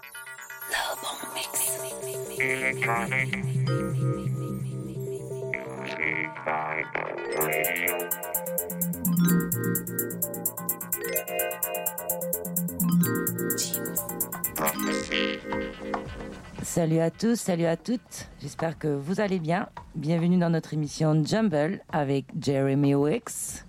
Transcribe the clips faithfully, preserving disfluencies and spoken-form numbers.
Salut à tous, salut à toutes, j'espère que vous allez bien. Bienvenue dans notre émission Jumble avec Jeremy Wicks.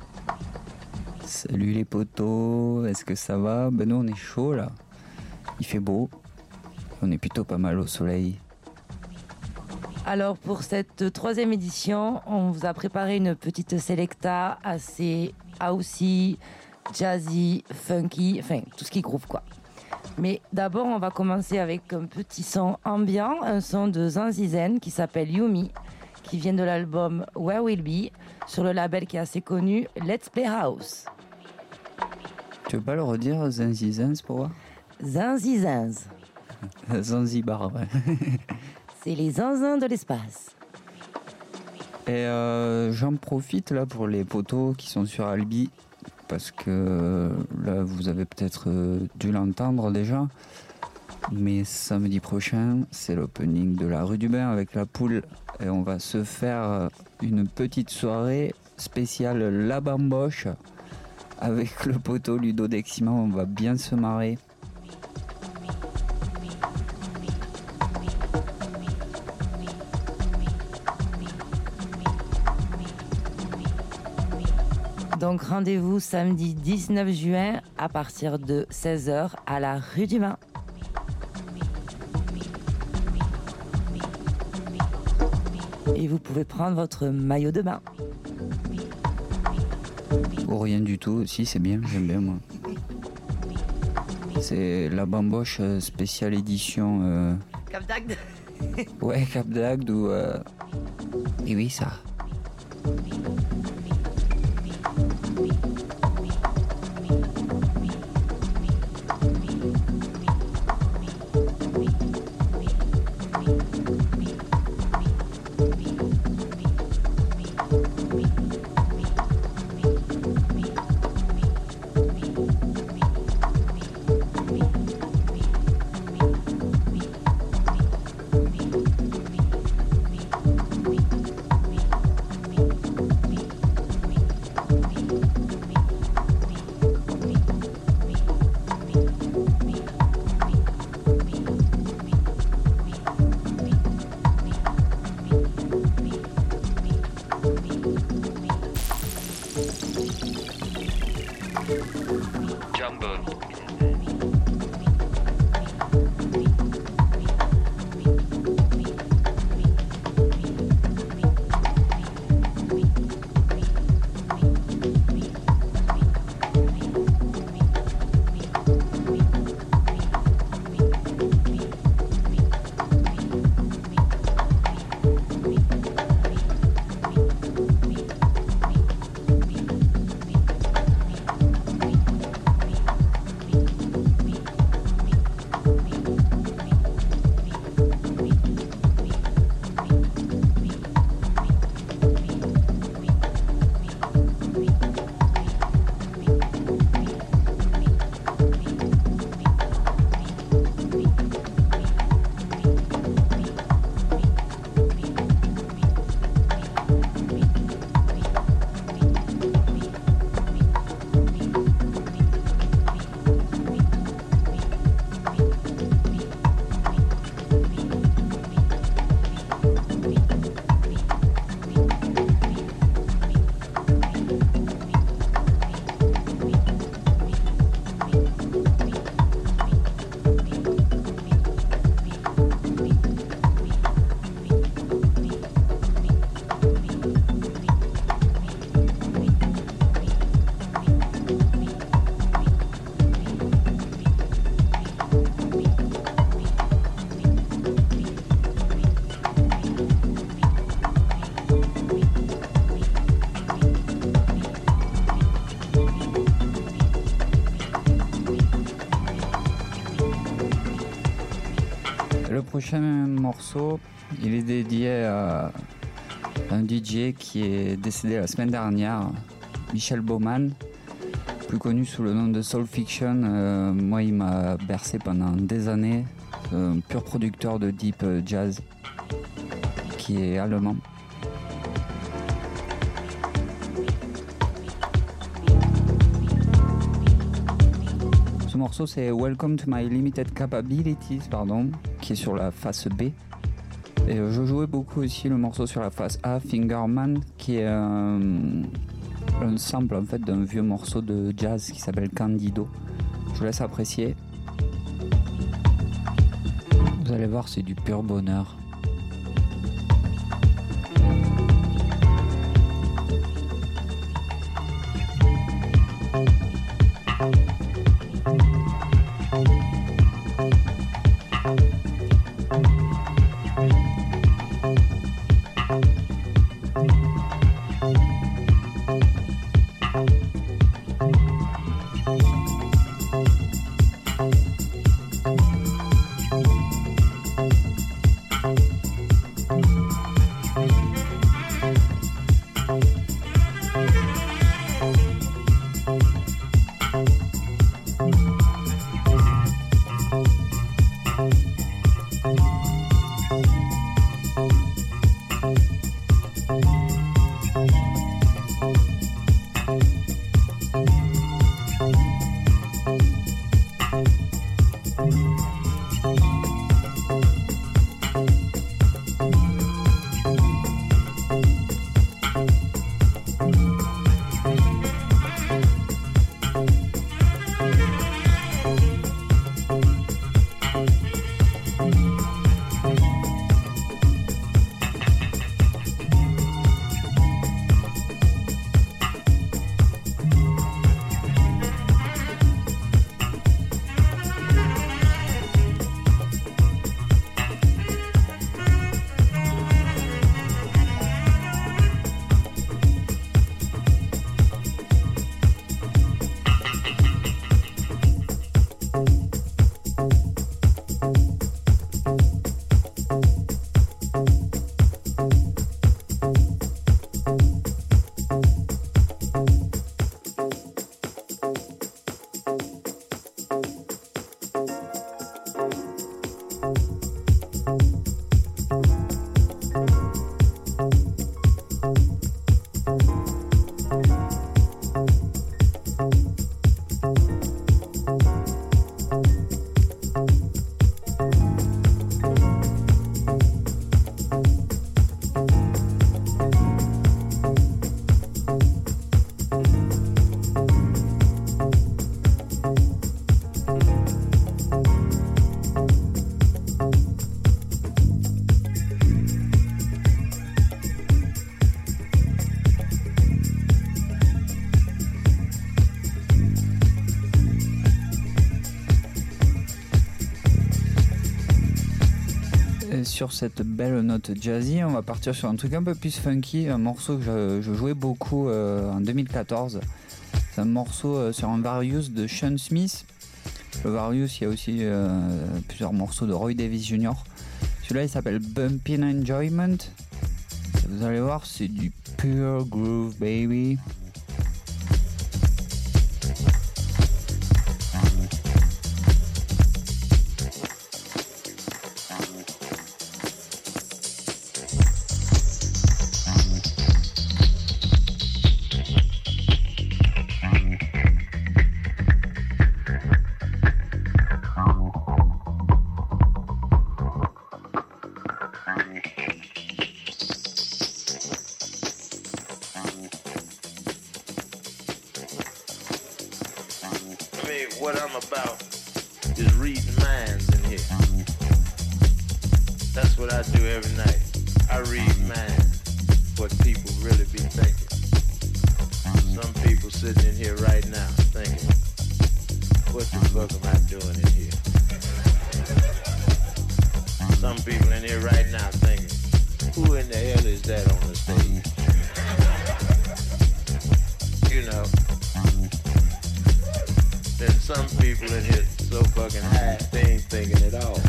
Salut les potos, est-ce que ça va? Ben nous on est chaud là, il fait beau, on est plutôt pas mal au soleil. Alors pour cette troisième édition, on vous a préparé une petite selecta assez housey, jazzy, funky, enfin tout ce qui groove quoi. Mais d'abord on va commencer avec un petit son ambiant, un son de Zanzi Zen qui s'appelle Yumi, qui vient de l'album Where We'll Be, sur le label qui est assez connu, Let's Play House. Tu veux pas le redire, Zanzi Zen pour voir? Zanzi Zenz. Zanzibar, ouais. C'est les zinzins de l'espace. Et euh, j'en profite là pour les potos qui sont sur Albi, parce que là vous avez peut-être dû l'entendre déjà, mais samedi prochain c'est l'opening de la rue du Bain avec la poule, et on va se faire une petite soirée spéciale La Bamboche avec le poteau Ludo Dexima, on va bien se marrer. Donc rendez-vous samedi dix-neuf juin à partir de seize heures à la rue du Bain. Et vous pouvez prendre votre maillot de bain. Ou rien du tout, si c'est bien, j'aime bien moi. C'est la Bamboche spéciale édition... Euh... Cap d'Agde. Ouais, Cap d'Agde ou... Euh... Et oui, ça. Le prochain morceau, il est dédié à un D J qui est décédé la semaine dernière, Michel Baumann, plus connu sous le nom de Soul Fiction. Euh, moi, il m'a bercé pendant des années. Un pur producteur de deep jazz qui est allemand. Ce morceau, c'est Welcome to My Limited Capabilities, pardon, qui est sur la face B. Et je jouais beaucoup aussi le morceau sur la face A, Fingerman, qui est un, un sample en fait d'un vieux morceau de jazz qui s'appelle Candido. Je vous laisse apprécier. Vous allez voir, c'est du pur bonheur. Sur cette belle note jazzy, on va partir sur un truc un peu plus funky, un morceau que je, je jouais beaucoup euh, en deux mille quatorze. C'est un morceau euh, sur un Various de Sean Smith. Le Various, il y a aussi euh, plusieurs morceaux de Roy Davis junior Celui-là, il s'appelle Bumpin' Enjoyment. Et vous allez voir, c'est du pure groove, baby. What I'm about is reading minds in here. That's what I do every night. I read minds, what people really be thinking. Some people sitting in here right now thinking, what the fuck am I doing in here? Some people in here right now thinking, who in the hell is that on the stage? You know. Then some people in here so fucking high, they ain't thinking at all.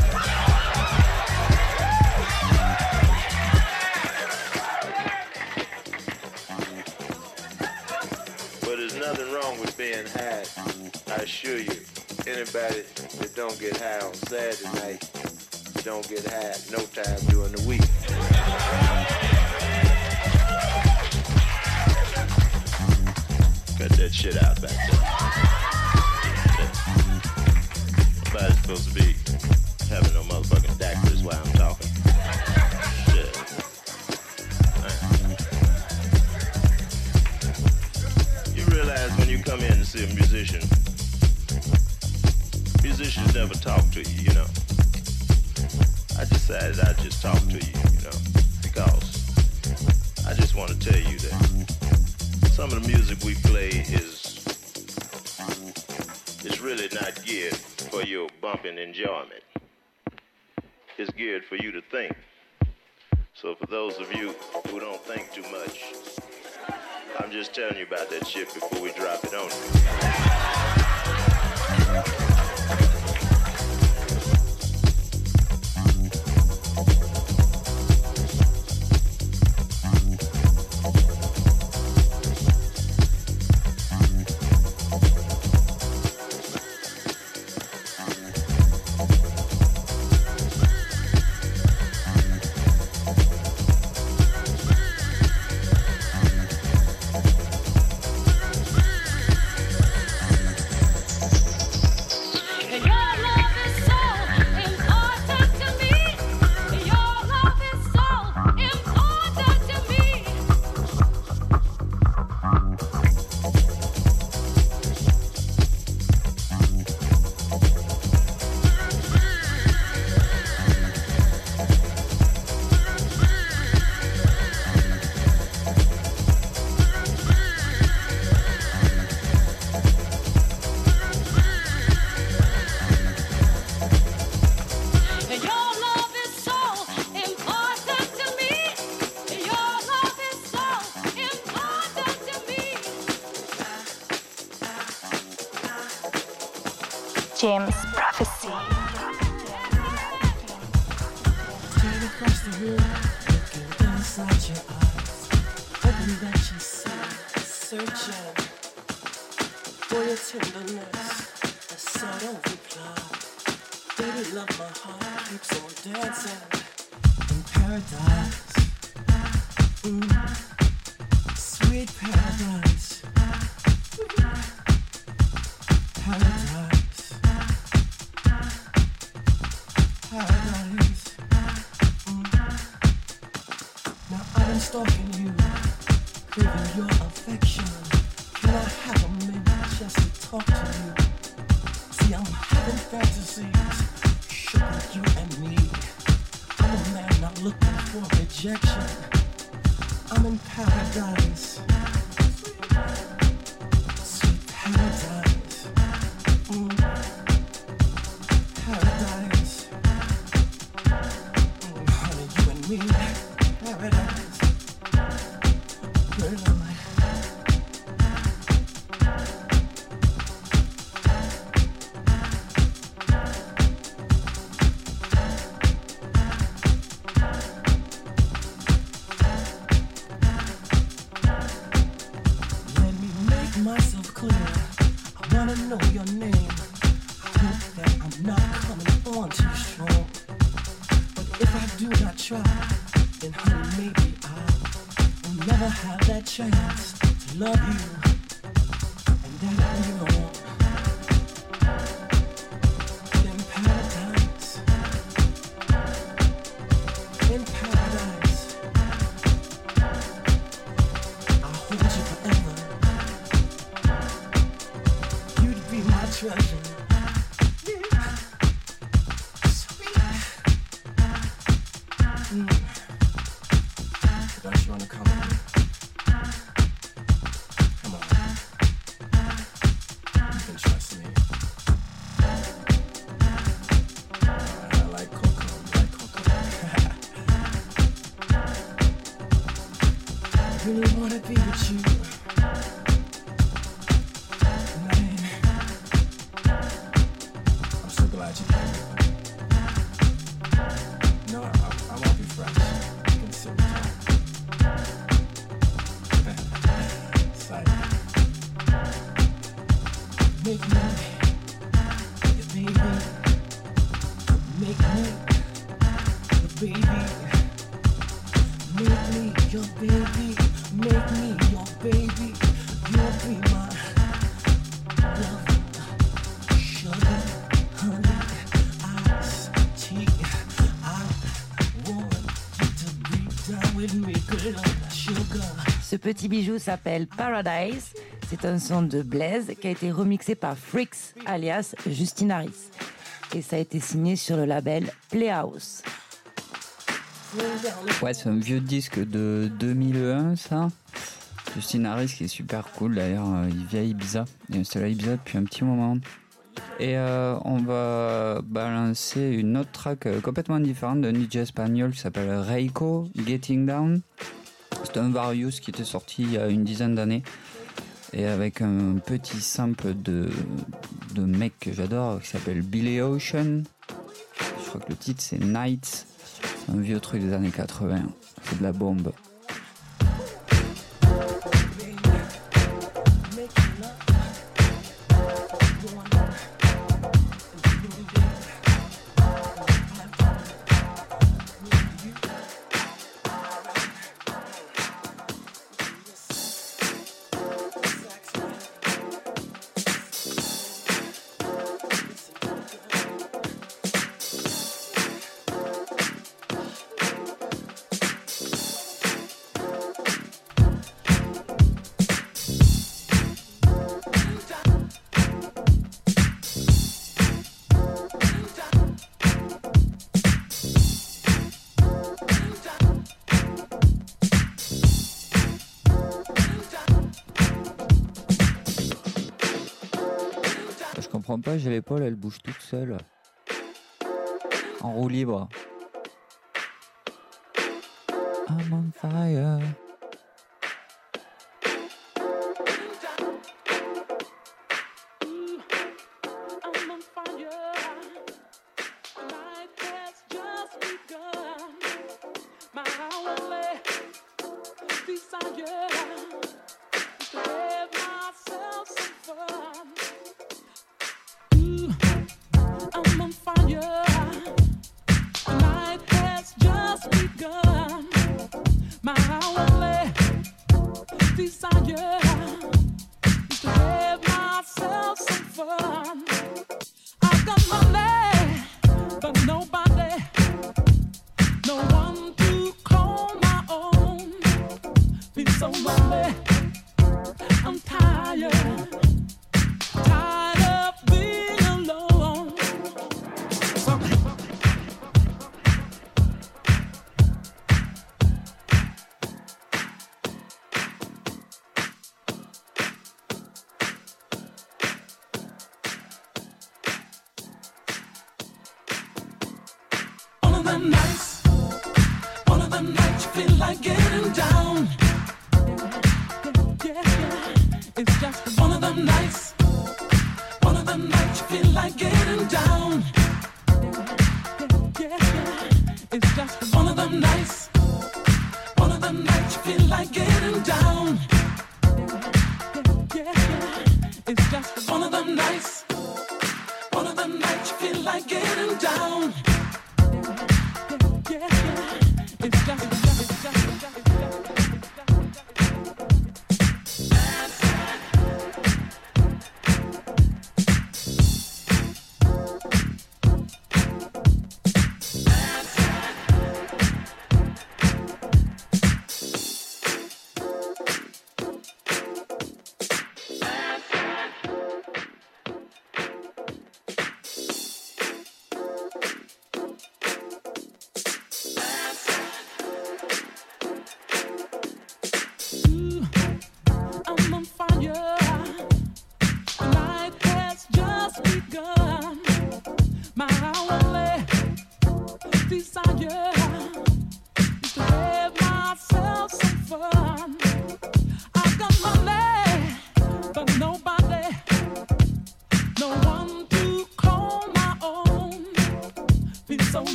But there's nothing wrong with being high I assure you, anybody that don't get high on Saturday night, don't get high no time during the week. Cut that shit out back there. Nobody's supposed to be having no motherfucking daiquiris while I'm talking. Shit. Right. You realize when you come in to see a musician, musicians never talk to you, you know. I decided I'd just talk to you, you know, because I just want to tell you that some of the music we play is is really not geared for your bumping enjoyment. It's geared for you to think. So for those of you who don't think too much, I'm just telling you about that shit before we drop it on you. James Prophecy. Turn across the room, looking inside your eyes, hoping that you see, searching for your tenderness, a subtle reply. Baby, love, my heart keeps on dancing in paradise. Mm. Sweet paradise. Paradise. Paradise. Mm. Now I've been stalking you, craving your affection. Can I have a minute just to talk to you? See, I'm having fantasies, sugar, you and me. I'm a man not looking for rejection. I'm in paradise. Sweet paradise. Mm. Paradise. Mm, honey, you and me. Paradise. Where am I? Let me make myself clear. I wanna know your name. I hope that I'm not coming on too strong. But if I do not try, then honey, maybe I will never have that chance to love you. And that you know. But in paradise, in paradise, I'll hold you forever. You'd be my treasure. Yeah. Sweet. Mm. Don't you wanna come with me? Come on. You can trust me. Alright, I like cocoa. You like cocoa? I really wanna be with you. Man, I'm so glad you came. No, I, I won't be fresh. You can sit with me. Sight. Make me Make me your baby. Make me your baby. Make me your baby. You'll be my love, sugar, honey, iced tea. I want you to be down with me, girl, sugar. Ce petit bijou s'appelle Paradise. C'est un son de Blaze qui a été remixé par Freaks, alias Justin Harris. Et ça a été signé sur le label Playhouse. Ouais, c'est un vieux disque de deux mille un, ça. Justin Harris qui est super cool d'ailleurs, il vit à Ibiza. Il est installé à Ibiza depuis un petit moment. Et euh, on va balancer une autre track complètement différente d'un D J espagnol qui s'appelle Reiko, Getting Down. C'est un Various qui était sorti il y a une dizaine d'années. Et avec un petit sample de, de mec que j'adore qui s'appelle Billy Ocean. Je crois que le titre c'est Nights. C'est un vieux truc des années quatre-vingts. C'est de la bombe. Pas, j'ai l'épaule, elle bouge toute seule. En roue libre. I'm on fire.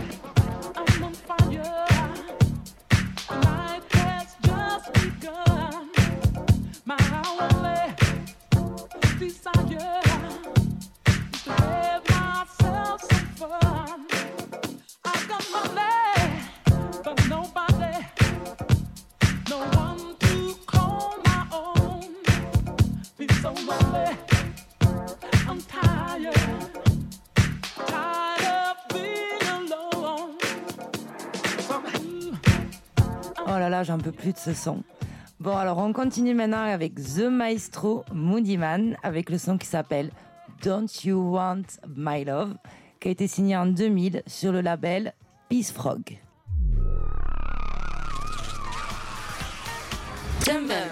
Life has just begun. My only desire is to have myself some fun. I got money, but nobody, no one to call my own. Feel so lonely, I'm tired, tired of being alone. So, Oh là là, j'en peux plus de ce son. Bon, alors on continue maintenant avec The Maestro Moody Man avec le son qui s'appelle Don't You Want My Love, qui a été signé en deux mille sur le label Peace Frog. Timber.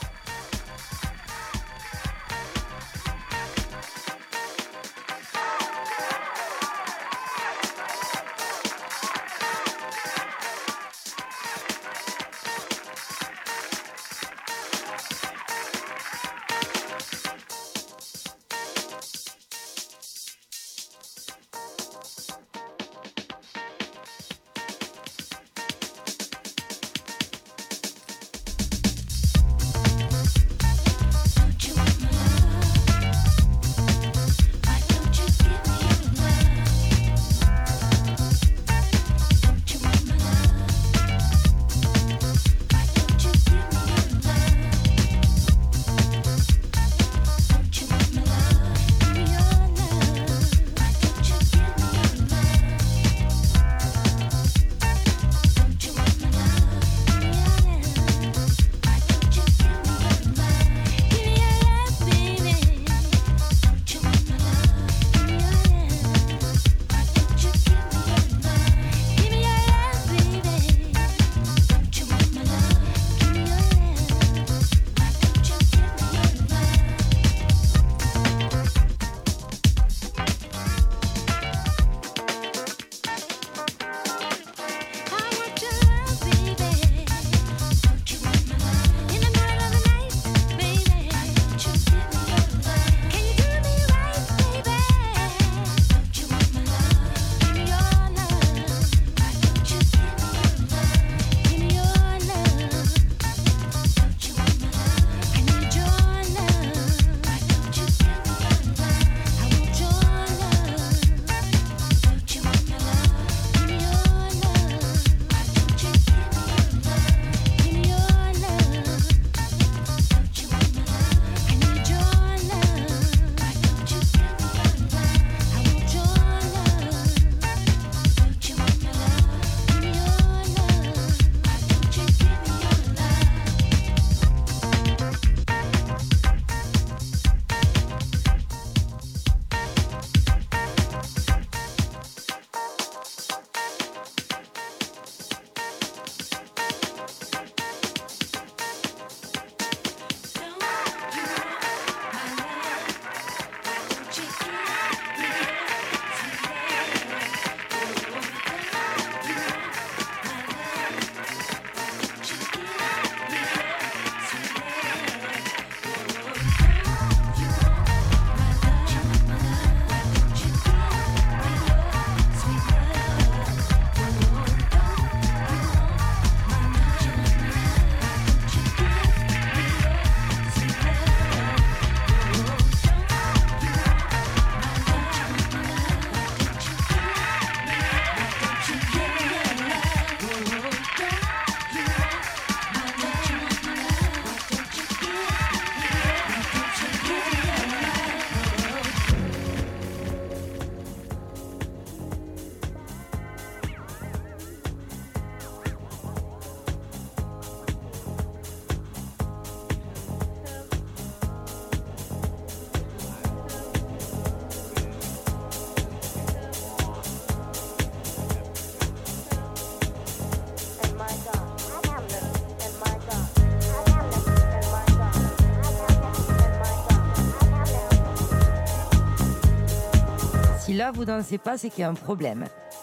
Si là vous dansez pas, c'est qu'il y a un problème.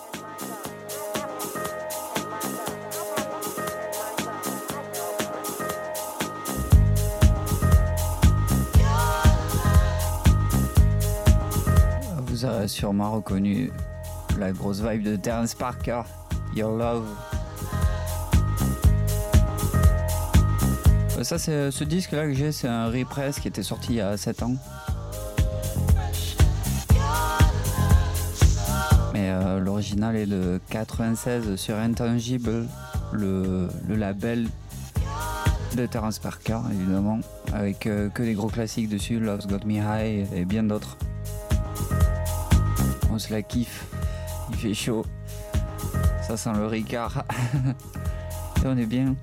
Vous avez sûrement reconnu la grosse vibe de Terence Parker, Your Love. Ça, c'est, ce disque-là que j'ai, c'est un repress qui était sorti il y a sept ans. Mais euh, l'original est de quatre-vingt-seize sur Intangible, le, le label de Terence Parker, évidemment, avec euh, que des gros classiques dessus, Love's Got Me High et bien d'autres. On se la kiffe, il fait chaud, ça sent le Ricard, et on est bien.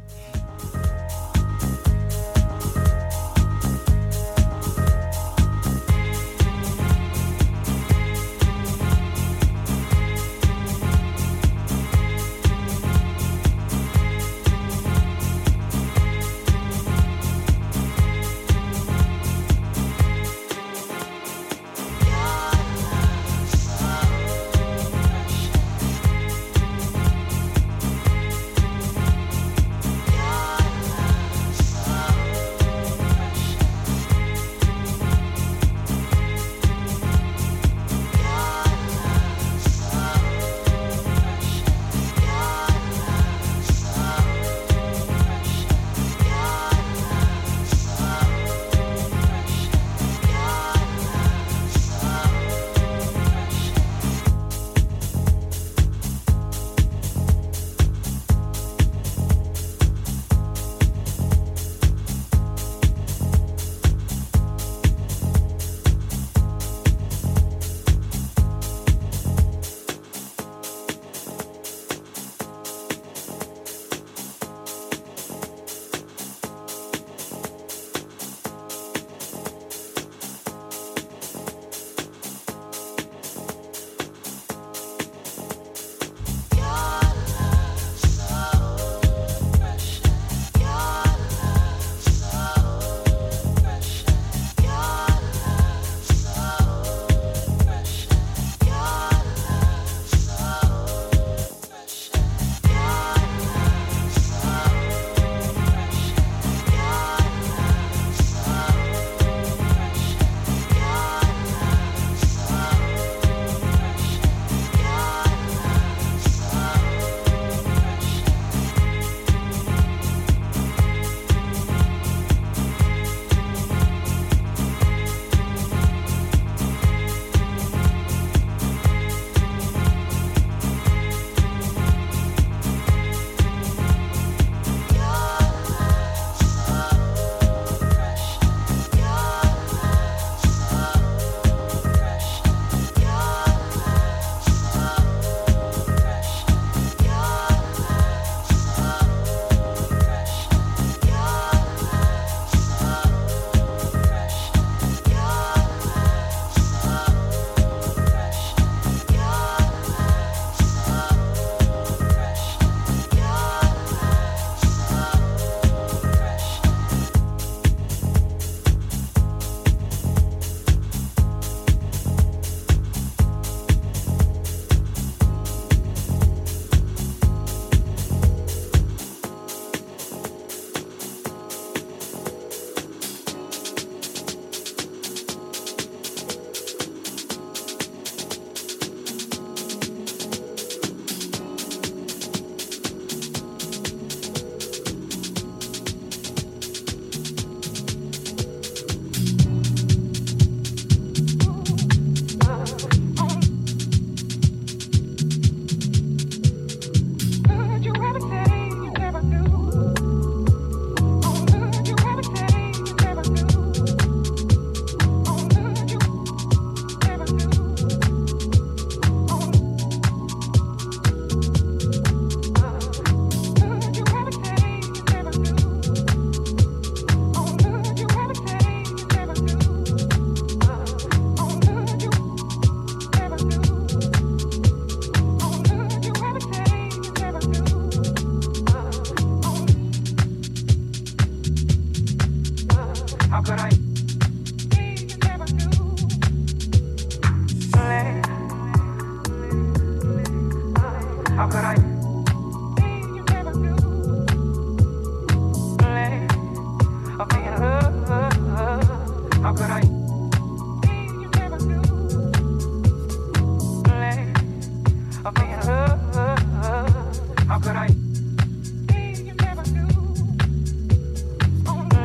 How could I?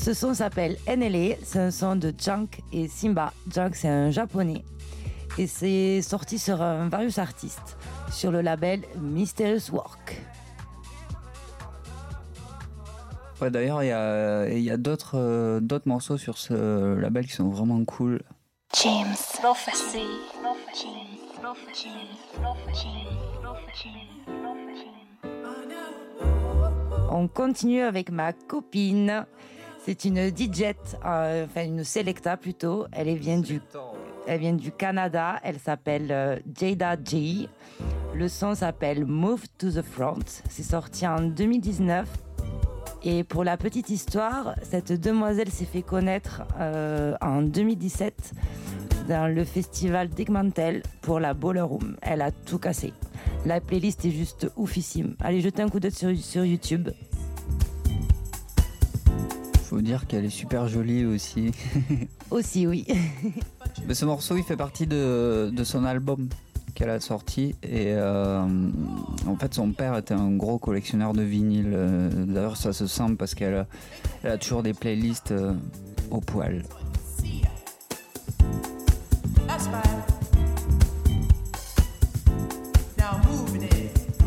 Ce son s'appelle N L A, c'est un son de Junk et Simba. Junk, c'est un japonais. Et c'est sorti sur un Various Artists, sur le label Mysterious Work. Ouais, d'ailleurs, il y a, il y a d'autres, euh, d'autres morceaux sur ce label qui sont vraiment cool. James Prophecy. Prophecy. Prophecy. On continue avec ma copine. C'est une D J, euh, enfin une Selecta plutôt. Elle est- vient du, elle vient du Canada. Elle s'appelle euh, Jada G. Le son s'appelle Move to the Front. C'est sorti en deux mille dix-neuf. Et pour la petite histoire, cette demoiselle s'est fait connaître euh, en deux mille dix-sept dans le festival Digmantel pour la Baller Room. Elle a tout cassé. La playlist est juste oufissime. Allez, jetez un coup d'œil sur, sur YouTube. Faut dire qu'elle est super jolie aussi. Aussi, oui. Mais ce morceau, il fait partie de, de son album qu'elle a sorti. Et euh, en fait, son père était un gros collectionneur de vinyles. Euh, D'ailleurs, ça se sent parce qu'elle a, elle a toujours des playlists euh, au poil. That's right. Now moving it.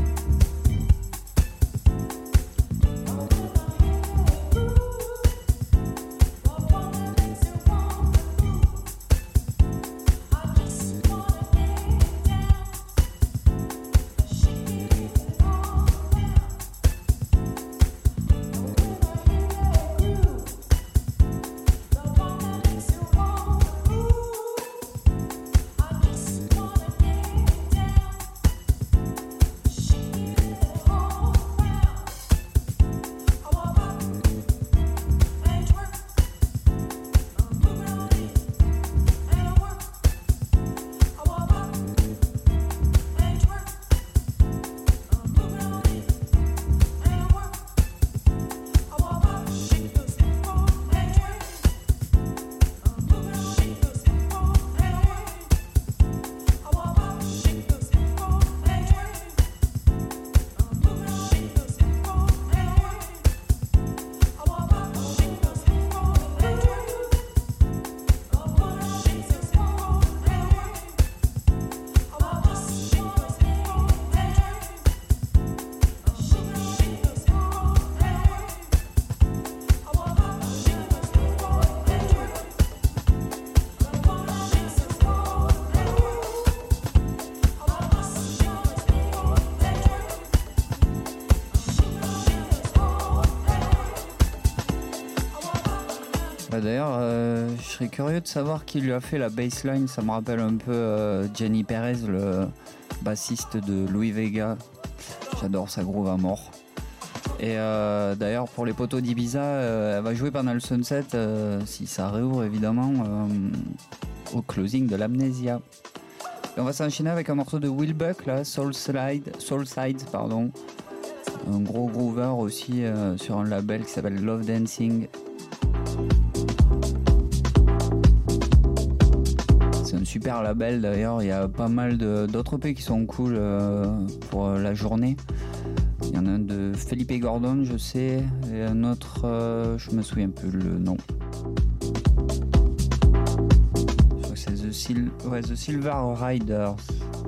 Bah, d'ailleurs, euh, je serais curieux de savoir qui lui a fait la bassline. Ça me rappelle un peu euh, Jenny Perez, le bassiste de Louis Vega. J'adore sa groove à mort. Et euh, d'ailleurs, pour les poteaux d'Ibiza, euh, elle va jouer pendant le Sunset, euh, si ça réouvre évidemment, euh, au closing de l'Amnesia. Et on va s'enchaîner avec un morceau de Will Buck, là, Soul Slide, Soul Side, pardon. Un gros groover aussi euh, sur un label qui s'appelle Love Dancing. C'est un super label d'ailleurs, il y a pas mal de, d'autres E P qui sont cool euh, pour la journée. Il y en a un de Felipe Gordon, je sais, et un autre, euh, je me souviens plus le nom. Je crois que c'est The, Sil- ouais, The Silver Riders.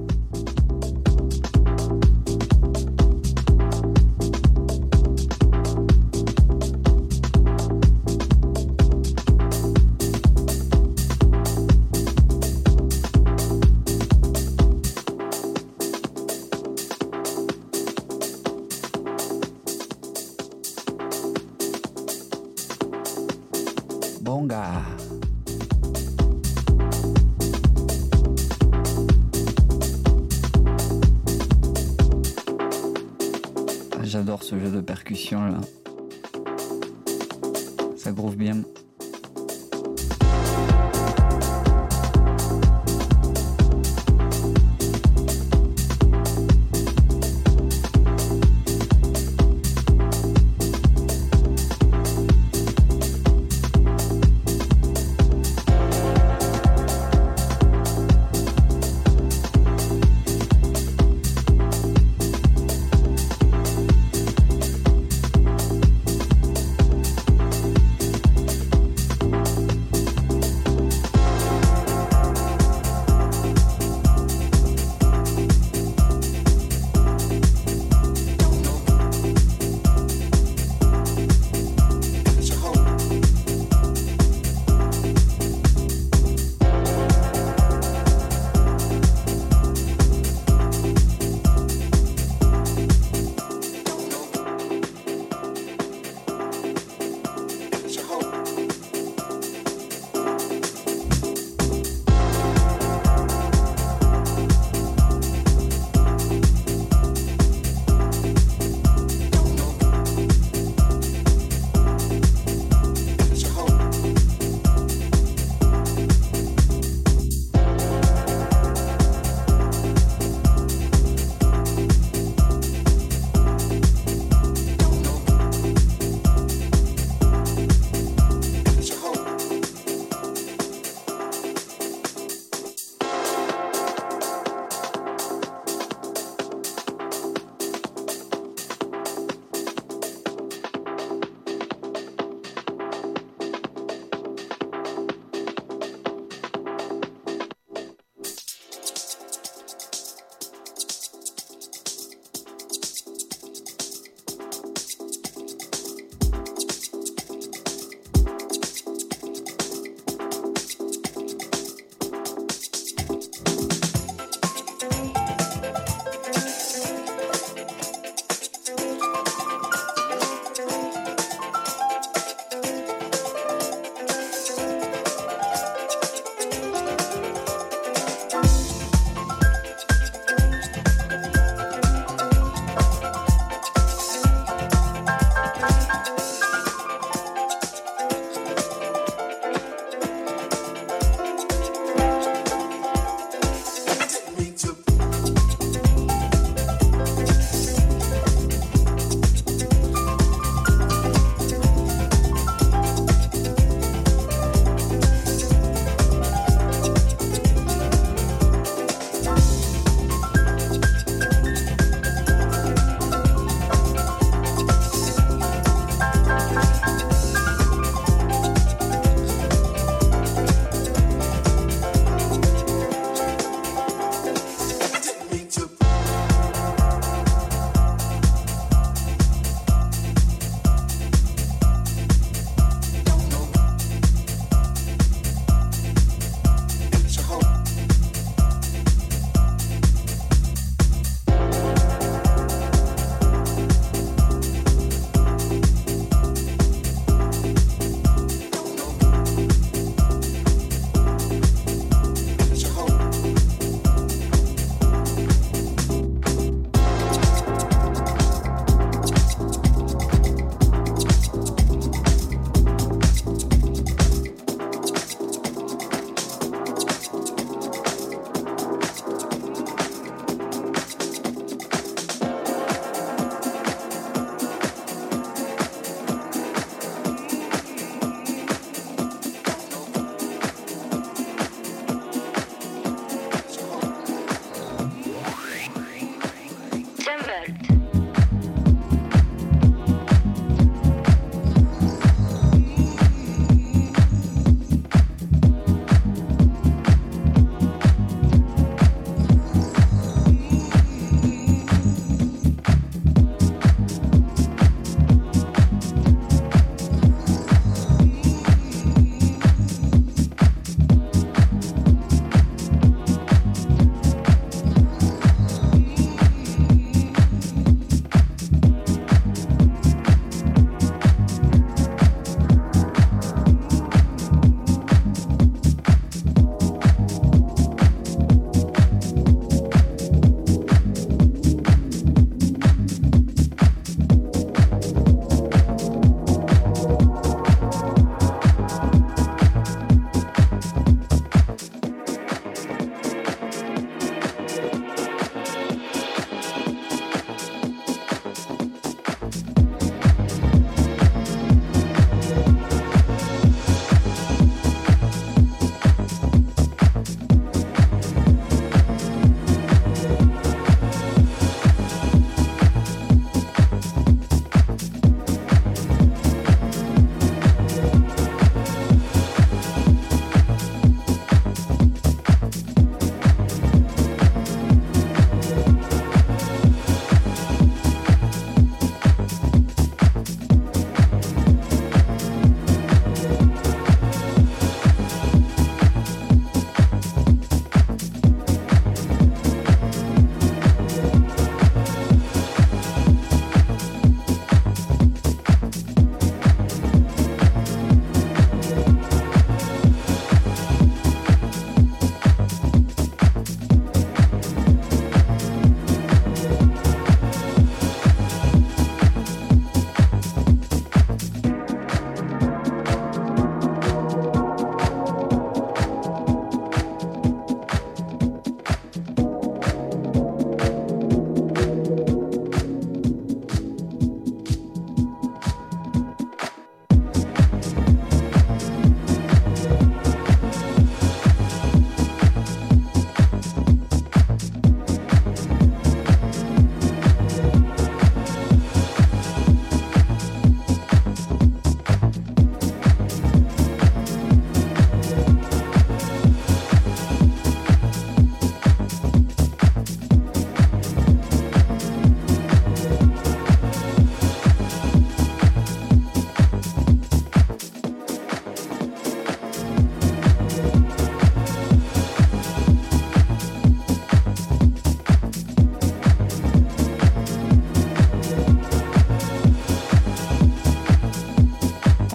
Bonga. Ah, j'adore ce jeu de percussion là. Ça groove bien.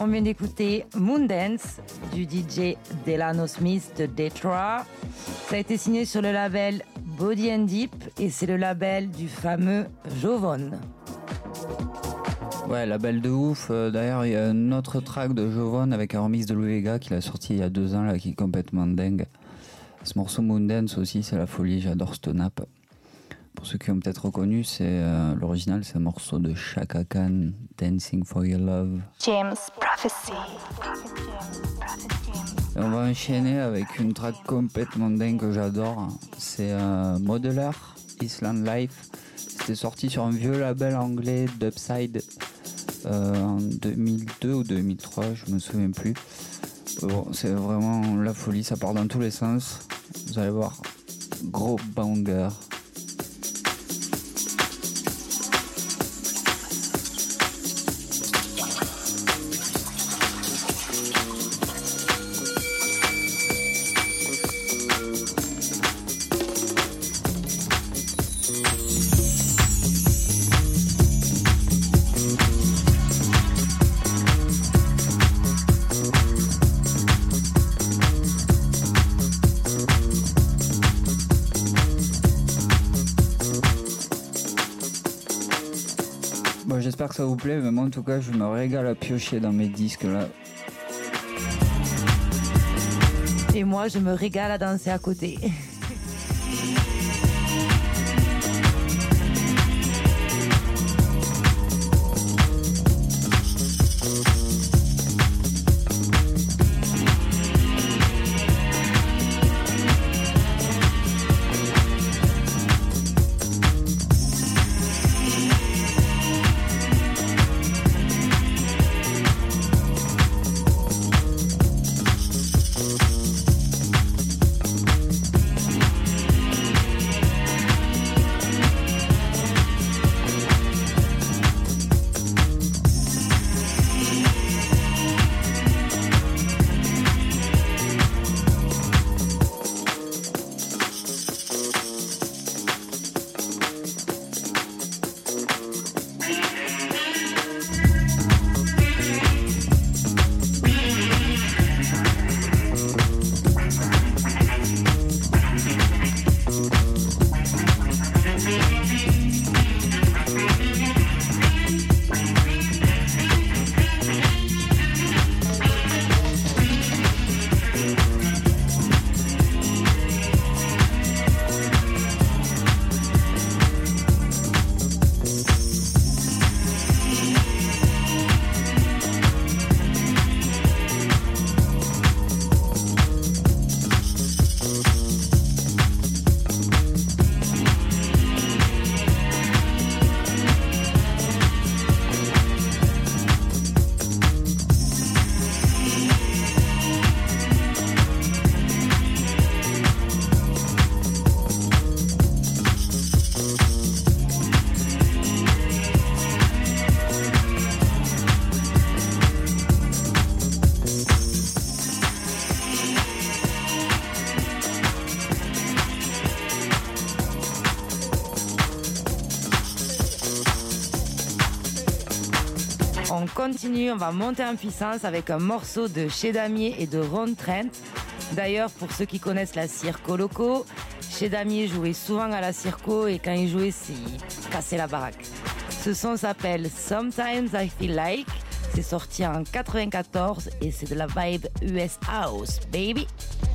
On vient d'écouter Moondance du D J Delano Smith de Detroit. Ça a été signé sur le label Body and Deep et c'est le label du fameux Jovon. Ouais, label de ouf. Euh, d'ailleurs, il y a un autre track de Jovon avec un remix de Louis Vega qu'il a sorti il y a deux ans là, qui est complètement dingue. Ce morceau Moondance aussi, c'est la folie. J'adore cette nappe. Pour ceux qui ont peut-être reconnu, c'est euh, l'original, c'est un morceau de Chaka Khan, Dancing for Your Love. James Prophecy. Et on va enchaîner avec une track complètement dingue que j'adore. C'est euh, Modeler, Island Life. C'était sorti sur un vieux label anglais, Dubside, euh, en deux mille deux ou deux mille trois, je me souviens plus. Bon, c'est vraiment la folie, ça part dans tous les sens. Vous allez voir, gros banger. Bon, j'espère que ça vous plaît, mais moi en tout cas je me régale à piocher dans mes disques là. Et moi, je me régale à danser à côté. On continue, on va monter en puissance avec un morceau de Chez Damier et de Ron Trent. D'ailleurs, pour ceux qui connaissent la Circo Loco, Chez Damier jouait souvent à la Circo et quand il jouait, il cassait la baraque. Ce son s'appelle Sometimes I Feel Like. C'est sorti en quatre-vingt-quatorze et c'est de la vibe U S House, baby.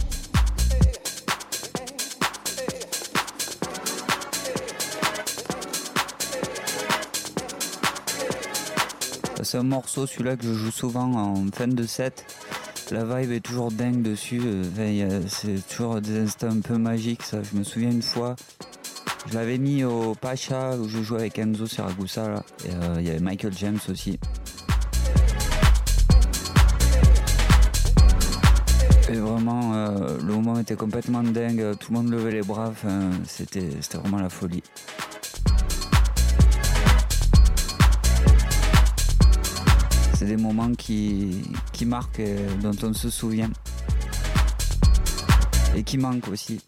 C'est un morceau, celui-là, que je joue souvent en fin de set. La vibe est toujours dingue dessus. C'est toujours des instants un peu magiques, ça. Je me souviens une fois, je l'avais mis au Pacha où je jouais avec Enzo Siragusa, là. Et euh, il y avait Michael James aussi. Et vraiment, euh, le moment était complètement dingue. Tout le monde levait les bras. Enfin, c'était, c'était vraiment la folie. C'est des moments qui, qui marquent et dont on se souvient. Et qui manquent aussi.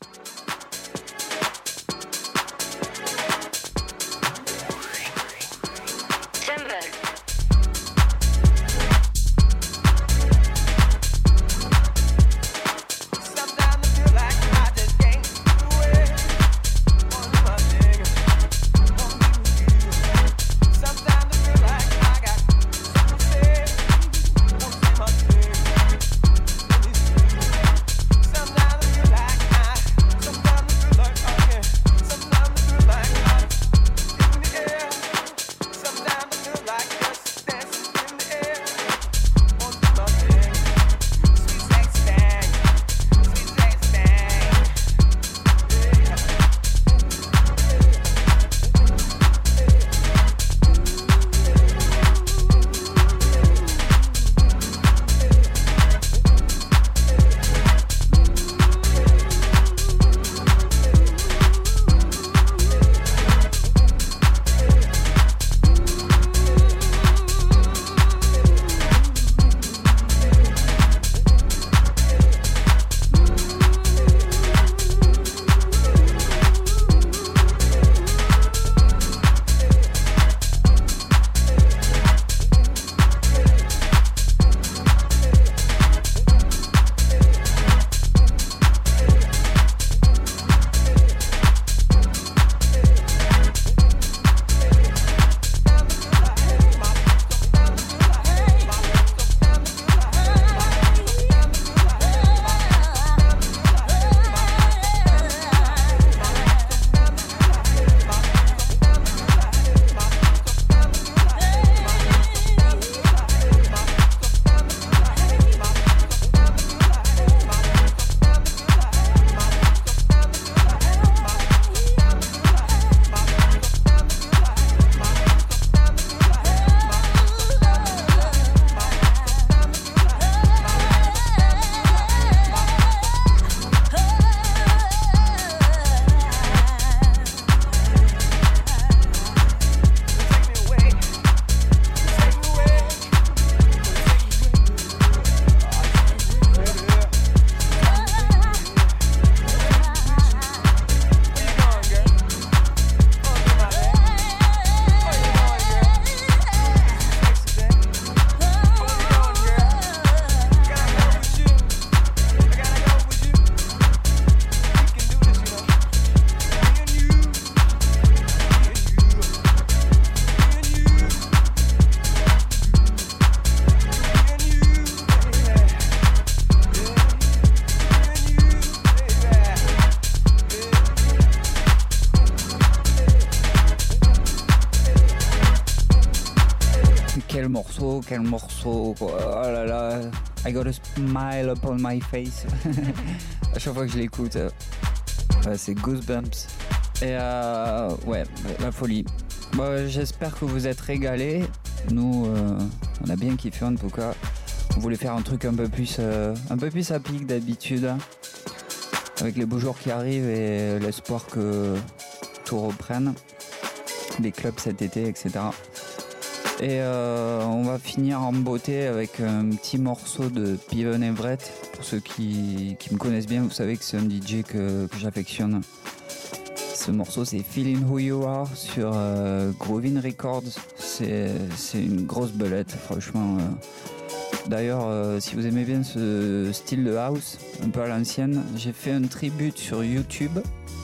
quel morceau, quel morceau, quoi. Oh là là, I got a smile upon my face. À chaque fois que je l'écoute, euh, ouais, c'est Goosebumps. Et euh, ouais, la folie. Bon, j'espère que vous êtes régalés. Nous, euh, on a bien kiffé en tout cas. On voulait faire un truc un peu plus, euh, un peu plus à pic d'habitude, hein, avec les beaux jours qui arrivent et l'espoir que tout reprenne, les clubs cet été, et cetera. Et euh, on va finir en beauté avec un petit morceau de Piven Everett. Pour ceux qui, qui me connaissent bien, vous savez que c'est un D J que, que j'affectionne. Ce morceau, c'est Feeling Who You Are sur euh, Groovin Records. C'est, c'est une grosse belette, franchement. Euh. D'ailleurs, euh, si vous aimez bien ce style de house, un peu à l'ancienne, j'ai fait un tribute sur YouTube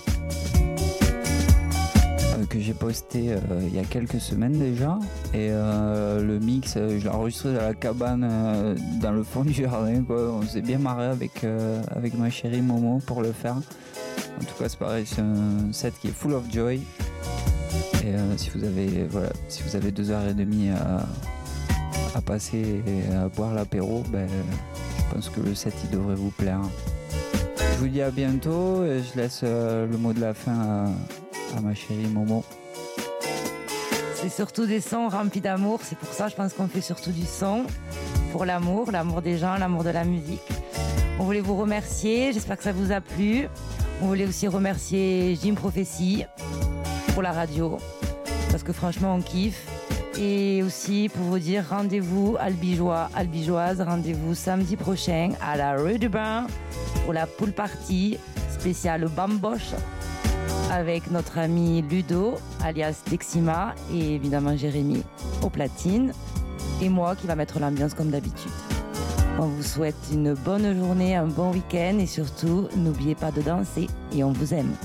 euh, que j'ai posté euh, il y a quelques semaines déjà. Et euh, le mix, euh, je l'ai enregistré dans la cabane, euh, dans le fond du jardin, quoi. On s'est bien marré avec, euh, avec ma chérie Momo pour le faire. En tout cas, c'est pareil, c'est un set qui est full of joy. Et euh, si vous avez, voilà, si vous avez deux heures et demie à, à passer et à boire l'apéro, ben, je pense que le set il devrait vous plaire. Je vous dis à bientôt et je laisse euh, le mot de la fin à, à ma chérie Momo. C'est surtout des sons remplis d'amour, c'est pour ça je pense qu'on fait surtout du son pour l'amour, l'amour des gens, l'amour de la musique. On voulait vous remercier, j'espère que ça vous a plu. On voulait aussi remercier Jim Prophecy pour la radio, parce que franchement on kiffe. Et aussi pour vous dire rendez-vous albigeois, albigeoises, rendez-vous samedi prochain à la rue du Bain pour la pool party spéciale Bamboche avec notre ami Ludo alias Texima et évidemment Jérémy au platine et moi qui va mettre l'ambiance comme d'habitude. On vous souhaite une bonne journée, un bon week-end et surtout n'oubliez pas de danser et on vous aime.